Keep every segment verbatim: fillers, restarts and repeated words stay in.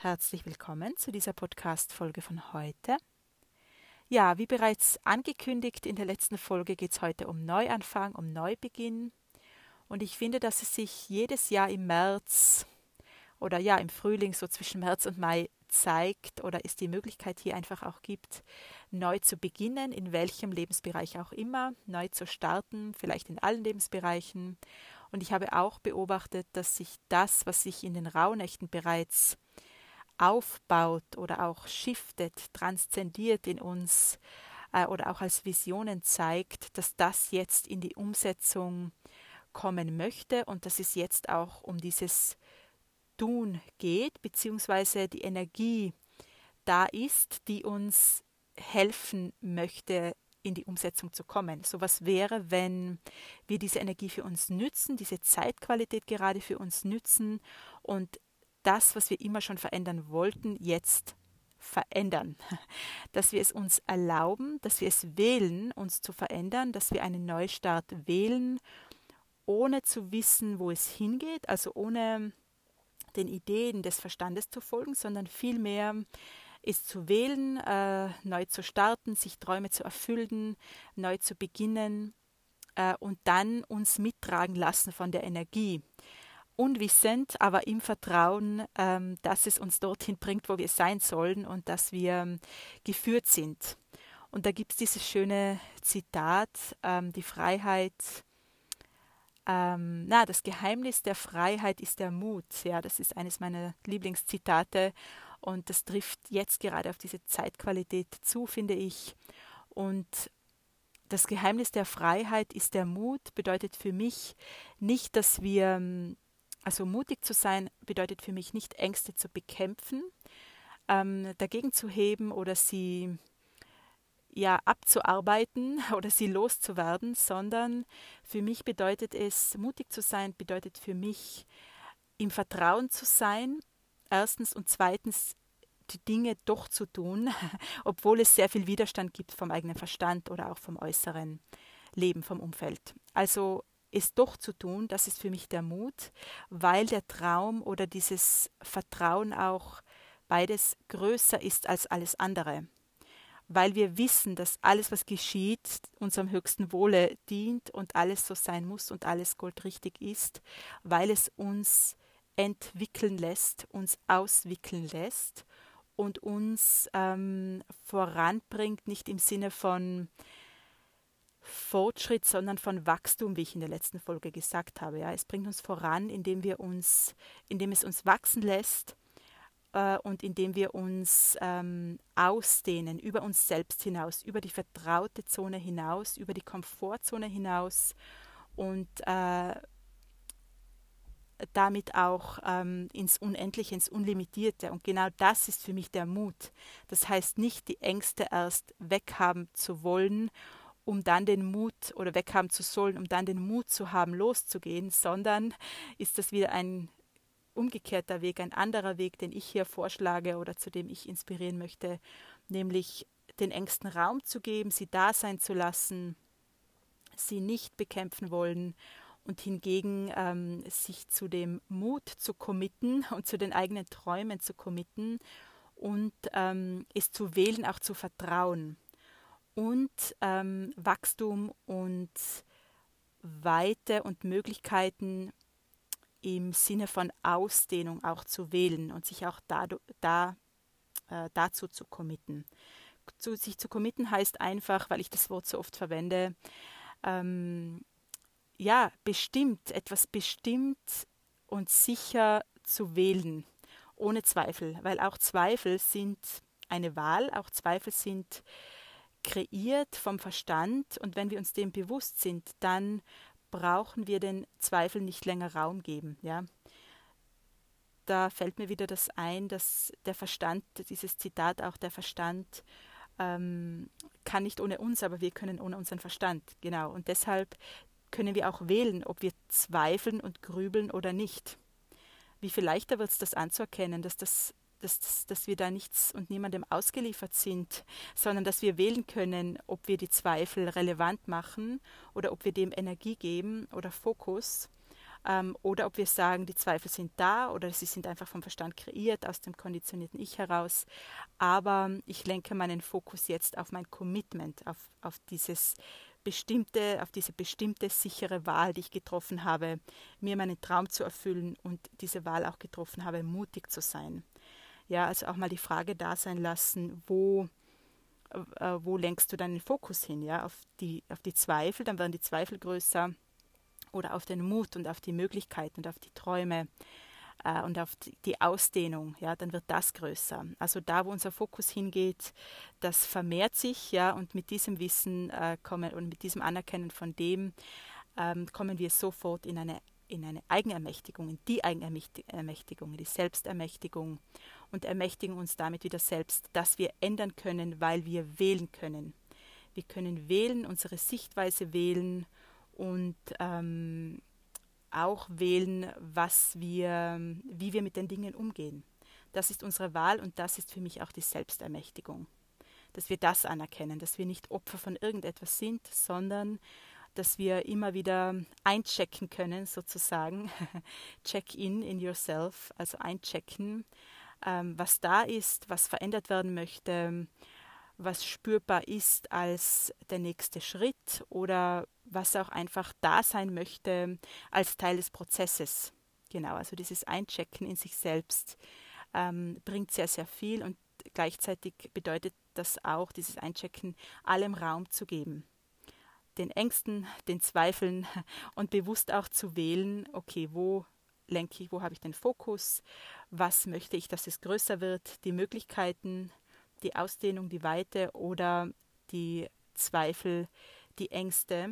herzlich willkommen zu dieser Podcast-Folge von heute. Ja, wie bereits angekündigt, in der letzten Folge geht es heute um Neuanfang, um Neubeginn. Und ich finde, dass es sich jedes Jahr im März oder ja im Frühling, so zwischen März und Mai zeigt oder es die Möglichkeit hier einfach auch gibt, neu zu beginnen, in welchem Lebensbereich auch immer, neu zu starten, vielleicht in allen Lebensbereichen. Und ich habe auch beobachtet, dass sich das, was sich in den Rauhnächten bereits aufbaut oder auch shiftet, transzendiert in uns äh, oder auch als Visionen zeigt, dass das jetzt in die Umsetzung kommen möchte und dass es jetzt auch um dieses Tun geht, beziehungsweise die Energie da ist, die uns helfen möchte, in die Umsetzung zu kommen. So was wäre, wenn wir diese Energie für uns nützen, diese Zeitqualität gerade für uns nützen und das, was wir immer schon verändern wollten, jetzt verändern. Dass wir es uns erlauben, dass wir es wählen, uns zu verändern, dass wir einen Neustart wählen, ohne zu wissen, wo es hingeht, also ohne den Ideen des Verstandes zu folgen, sondern vielmehr es zu wählen, äh, neu zu starten, sich Träume zu erfüllen, neu zu beginnen äh, und dann uns mittragen lassen von der Energie. Unwissend, aber im Vertrauen, ähm, dass es uns dorthin bringt, wo wir sein sollen und dass wir ähm, geführt sind. Und da gibt es dieses schöne Zitat, ähm, die Freiheit, ähm, na, das Geheimnis der Freiheit ist der Mut. Ja, das ist eines meiner Lieblingszitate und das trifft jetzt gerade auf diese Zeitqualität zu, finde ich. Und das Geheimnis der Freiheit ist der Mut, bedeutet für mich nicht, dass wir Also mutig zu sein bedeutet für mich nicht, Ängste zu bekämpfen, ähm, dagegen zu heben oder sie ja abzuarbeiten oder sie loszuwerden, sondern für mich bedeutet es, mutig zu sein, bedeutet für mich, im Vertrauen zu sein, erstens und zweitens die Dinge doch zu tun, obwohl es sehr viel Widerstand gibt vom eigenen Verstand oder auch vom äußeren Leben, vom Umfeld. Also es doch zu tun, das ist für mich der Mut, weil der Traum oder dieses Vertrauen auch beides größer ist als alles andere. Weil wir wissen, dass alles, was geschieht, unserem höchsten Wohle dient und alles so sein muss und alles goldrichtig ist, weil es uns entwickeln lässt, uns auswickeln lässt und uns ähm, voranbringt, nicht im Sinne von Fortschritt, sondern von Wachstum, wie ich in der letzten Folge gesagt habe. Ja, es bringt uns voran, indem wir uns, indem es uns wachsen lässt äh, und indem wir uns ähm, ausdehnen über uns selbst hinaus, über die vertraute Zone hinaus, über die Komfortzone hinaus und äh, damit auch ähm, ins Unendliche, ins Unlimitierte. Und genau das ist für mich der Mut. Das heißt nicht, die Ängste erst weghaben zu wollen, um dann den Mut oder weghaben zu sollen, um dann den Mut zu haben, loszugehen, sondern ist das wieder ein umgekehrter Weg, ein anderer Weg, den ich hier vorschlage oder zu dem ich inspirieren möchte, nämlich den Ängsten Raum zu geben, sie da sein zu lassen, sie nicht bekämpfen wollen und hingegen ähm, sich zu dem Mut zu committen und zu den eigenen Träumen zu committen und ähm, es zu wählen, auch zu vertrauen. Und ähm, Wachstum und Weite und Möglichkeiten im Sinne von Ausdehnung auch zu wählen und sich auch da, da, äh, dazu zu committen. Zu, sich zu committen heißt einfach, weil ich das Wort so oft verwende, ähm, ja, bestimmt, etwas bestimmt und sicher zu wählen, ohne Zweifel, weil auch Zweifel sind eine Wahl, auch Zweifel sind kreiert vom Verstand und wenn wir uns dem bewusst sind, dann brauchen wir den Zweifel nicht länger Raum geben. Ja? Da fällt mir wieder das ein, dass der Verstand, dieses Zitat auch, der Verstand ähm, kann nicht ohne uns, aber wir können ohne unseren Verstand. Genau. Und deshalb können wir auch wählen, ob wir zweifeln und grübeln oder nicht. Wie viel leichter wird es, das anzuerkennen, dass das Dass, dass, dass wir da nichts und niemandem ausgeliefert sind, sondern dass wir wählen können, ob wir die Zweifel relevant machen oder ob wir dem Energie geben oder Fokus ähm, oder ob wir sagen, die Zweifel sind da oder sie sind einfach vom Verstand kreiert, aus dem konditionierten Ich heraus. Aber ich lenke meinen Fokus jetzt auf mein Commitment, auf, auf dieses bestimmte, auf diese bestimmte sichere Wahl, die ich getroffen habe, mir meinen Traum zu erfüllen und diese Wahl auch getroffen habe, mutig zu sein. Ja, also auch mal die Frage da sein lassen, wo, äh, wo lenkst du deinen Fokus hin? Ja, auf die, auf die Zweifel, dann werden die Zweifel größer, oder auf den Mut und auf die Möglichkeiten und auf die Träume äh, und auf die, die Ausdehnung, ja, dann wird das größer. Also da, wo unser Fokus hingeht, das vermehrt sich, ja, und mit diesem Wissen äh, kommen und mit diesem Anerkennen von dem ähm, kommen wir sofort in eine in eine Eigenermächtigung, in die Eigenermächtigung, in die Selbstermächtigung und ermächtigen uns damit wieder selbst, dass wir ändern können, weil wir wählen können. Wir können wählen, unsere Sichtweise wählen und ähm, auch wählen, was wir, wie wir mit den Dingen umgehen. Das ist unsere Wahl und das ist für mich auch die Selbstermächtigung. Dass wir das anerkennen, dass wir nicht Opfer von irgendetwas sind, sondern dass wir immer wieder einchecken können, sozusagen. Check-in in yourself, also einchecken, ähm, was da ist, was verändert werden möchte, was spürbar ist als der nächste Schritt oder was auch einfach da sein möchte als Teil des Prozesses. Genau, also dieses Einchecken in sich selbst ähm, bringt sehr, sehr viel und gleichzeitig bedeutet das auch, dieses Einchecken allem Raum zu geben. Den Ängsten, den Zweifeln und bewusst auch zu wählen, okay, wo lenke ich, wo habe ich den Fokus, was möchte ich, dass es größer wird, die Möglichkeiten, die Ausdehnung, die Weite oder die Zweifel, die Ängste.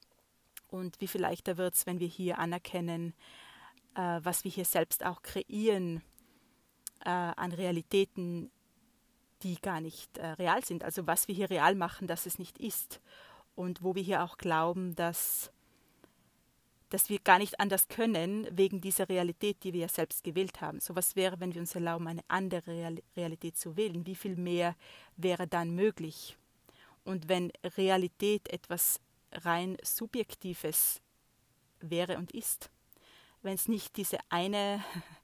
Und wie viel leichter wird es, wenn wir hier anerkennen, äh, was wir hier selbst auch kreieren äh, an Realitäten, die gar nicht äh, real sind. Also was wir hier real machen, dass es nicht ist. Und wo wir hier auch glauben, dass, dass wir gar nicht anders können, wegen dieser Realität, die wir ja selbst gewählt haben. So was wäre, wenn wir uns erlauben, eine andere Real- Realität zu wählen. Wie viel mehr wäre dann möglich? Und wenn Realität etwas rein Subjektives wäre und ist, wenn es nicht diese eine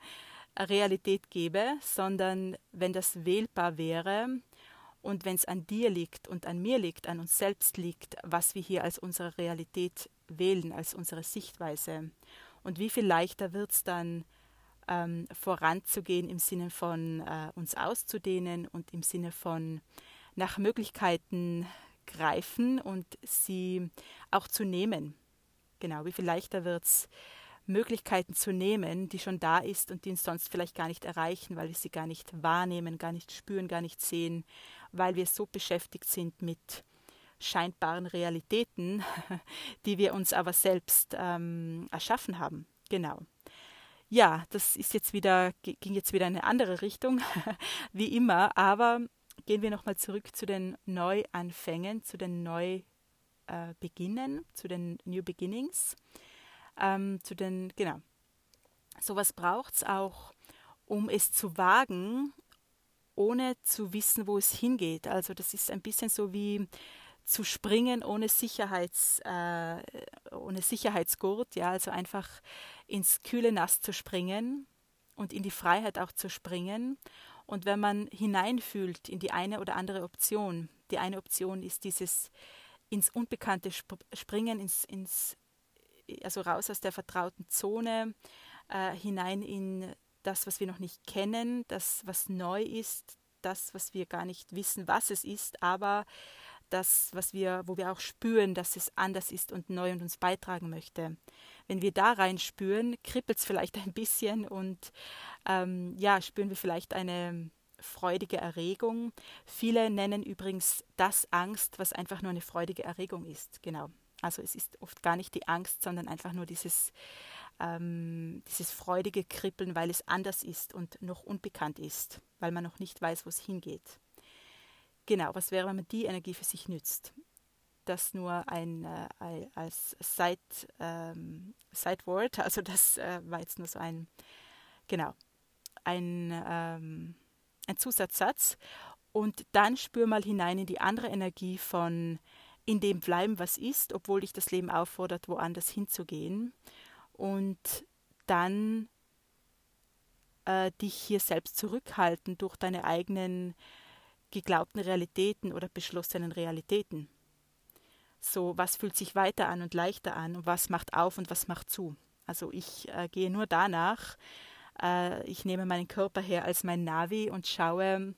Realität gäbe, sondern wenn das wählbar wäre und wenn es an dir liegt und an mir liegt, an uns selbst liegt, was wir hier als unsere Realität wählen, als unsere Sichtweise. Und wie viel leichter wird es dann, ähm, voranzugehen im Sinne von äh, uns auszudehnen und im Sinne von nach Möglichkeiten greifen und sie auch zu nehmen. Genau, wie viel leichter wird es, Möglichkeiten zu nehmen, die schon da ist und die uns sonst vielleicht gar nicht erreichen, weil wir sie gar nicht wahrnehmen, gar nicht spüren, gar nicht sehen, weil wir so beschäftigt sind mit scheinbaren Realitäten, die wir uns aber selbst ähm, erschaffen haben. Genau. Ja, das ist jetzt wieder, ging jetzt wieder in eine andere Richtung, wie immer, aber gehen wir nochmal zurück zu den Neuanfängen, zu den Neubeginnen, äh, zu den New Beginnings. Ähm, zu den, genau. Sowas braucht es auch, um es zu wagen, ohne zu wissen, wo es hingeht. Also das ist ein bisschen so wie zu springen ohne Sicherheits, äh, ohne Sicherheitsgurt, ja, also einfach ins kühle Nass zu springen und in die Freiheit auch zu springen. Und wenn man hineinfühlt in die eine oder andere Option, die eine Option ist dieses ins Unbekannte sp- springen, ins, ins also raus aus der vertrauten Zone, äh, hinein in das, was wir noch nicht kennen, das, was neu ist, das, was wir gar nicht wissen, was es ist, aber das, was wir, wo wir auch spüren, dass es anders ist und neu und uns beitragen möchte. Wenn wir da rein spüren, kribbelt es vielleicht ein bisschen und ähm, ja, spüren wir vielleicht eine freudige Erregung. Viele nennen übrigens das Angst, was einfach nur eine freudige Erregung ist. Genau. Also es ist oft gar nicht die Angst, sondern einfach nur dieses, ähm, dieses freudige Kribbeln, weil es anders ist und noch unbekannt ist, weil man noch nicht weiß, wo es hingeht. Genau, was wäre, wenn man die Energie für sich nützt? Das nur ein äh, als Side, ähm, Sideword, also das äh, war jetzt nur so ein, genau, ein, ähm, ein Zusatzsatz. Und dann spür mal hinein in die andere Energie von in dem bleiben, was ist, obwohl dich das Leben auffordert, woanders hinzugehen. und dann äh, dich hier selbst zurückhalten durch deine eigenen geglaubten Realitäten oder beschlossenen Realitäten. So, was fühlt sich weiter an und leichter an und was macht auf und was macht zu. Also ich äh, gehe nur danach, äh, ich nehme meinen Körper her als mein Navi und schaue,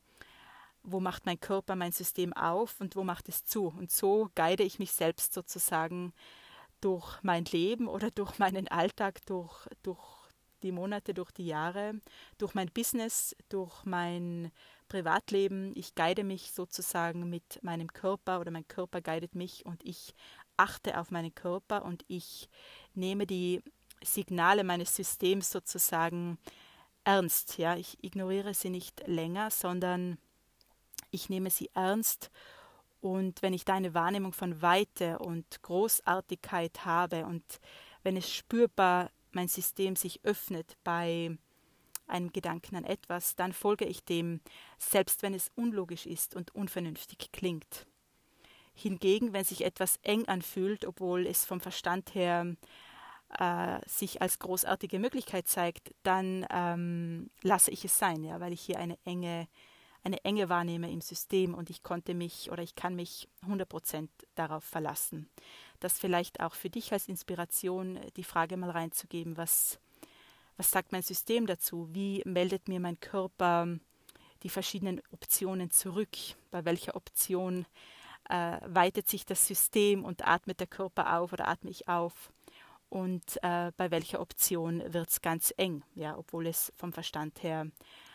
wo macht mein Körper, mein System auf und wo macht es zu. Und so guide ich mich selbst sozusagen durch mein Leben oder durch meinen Alltag, durch, durch die Monate, durch die Jahre, durch mein Business, durch mein Privatleben. Ich guide mich sozusagen mit meinem Körper oder mein Körper guidet mich und ich achte auf meinen Körper und ich nehme die Signale meines Systems sozusagen ernst. Ja? Ich ignoriere sie nicht länger, sondern ich nehme sie ernst. Und wenn ich da eine Wahrnehmung von Weite und Großartigkeit habe und wenn es spürbar mein System sich öffnet bei einem Gedanken an etwas, dann folge ich dem, selbst wenn es unlogisch ist und unvernünftig klingt. Hingegen, wenn sich etwas eng anfühlt, obwohl es vom Verstand her äh, sich als großartige Möglichkeit zeigt, dann ähm, lasse ich es sein, ja, weil ich hier eine enge eine Enge wahrnehme im System und ich konnte mich oder ich kann mich hundert Prozent darauf verlassen. Das vielleicht auch für dich als Inspiration, die Frage mal reinzugeben, was, was sagt mein System dazu? Wie meldet mir mein Körper die verschiedenen Optionen zurück? Bei welcher Option äh, weitet sich das System und atmet der Körper auf oder atme ich auf? Und äh, bei welcher Option wird es ganz eng, ja, obwohl es vom Verstand her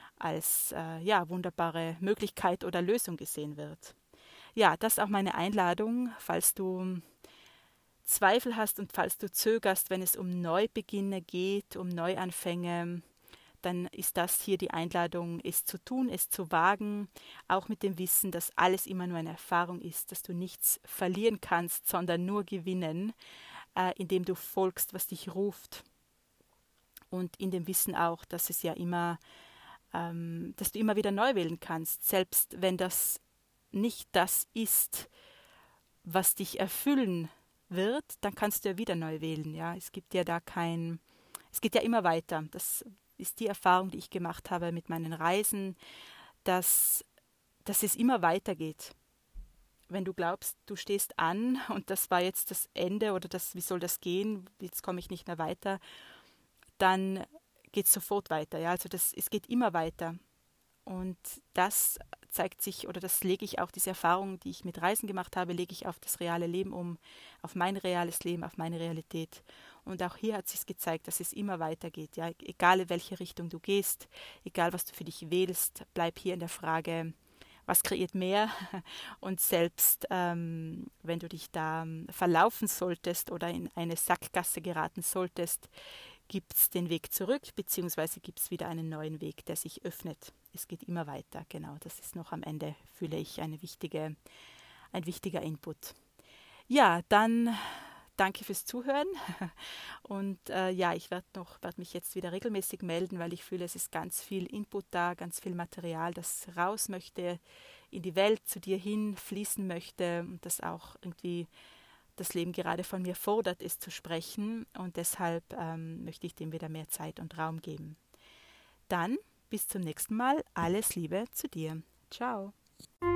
als äh, ja, wunderbare Möglichkeit oder Lösung gesehen wird. Ja, das ist auch meine Einladung, falls du Zweifel hast und falls du zögerst, wenn es um Neubeginne geht, um Neuanfänge, dann ist das hier die Einladung, es zu tun, es zu wagen, auch mit dem Wissen, dass alles immer nur eine Erfahrung ist, dass du nichts verlieren kannst, sondern nur gewinnen, äh, indem du folgst, was dich ruft. Und in dem Wissen auch, dass es ja immer Ähm, dass du immer wieder neu wählen kannst, selbst wenn das nicht das ist, was dich erfüllen wird, dann kannst du ja wieder neu wählen. Ja, es gibt ja da kein, es geht ja immer weiter. Das ist die Erfahrung, die ich gemacht habe mit meinen Reisen, dass, dass es immer weitergeht. Wenn du glaubst, du stehst an und das war jetzt das Ende oder das, wie soll das gehen, jetzt komme ich nicht mehr weiter, dann geht es sofort weiter. Ja? Also das, es geht immer weiter. Und das zeigt sich, oder das lege ich auch, diese Erfahrung, die ich mit Reisen gemacht habe, lege ich auf das reale Leben um, auf mein reales Leben, auf meine Realität. Und auch hier hat sich gezeigt, dass es immer weitergeht. Ja? Egal in welche Richtung du gehst, egal was du für dich wählst, bleib hier in der Frage, was kreiert mehr? Und selbst ähm, wenn du dich da ähm, verlaufen solltest oder in eine Sackgasse geraten solltest, gibt es den Weg zurück, beziehungsweise gibt es wieder einen neuen Weg, der sich öffnet. Es geht immer weiter, genau. Das ist noch am Ende, fühle ich, eine wichtige, ein wichtiger Input. Ja, dann danke fürs Zuhören. Und äh, ja, ich werde noch, werde mich jetzt wieder regelmäßig melden, weil ich fühle, es ist ganz viel Input da, ganz viel Material, das raus möchte, in die Welt, zu dir hin fließen möchte und das auch irgendwie das Leben gerade von mir fordert, es zu sprechen, und deshalb ähm, möchte ich dem wieder mehr Zeit und Raum geben. Dann bis zum nächsten Mal. Alles Liebe zu dir. Ciao.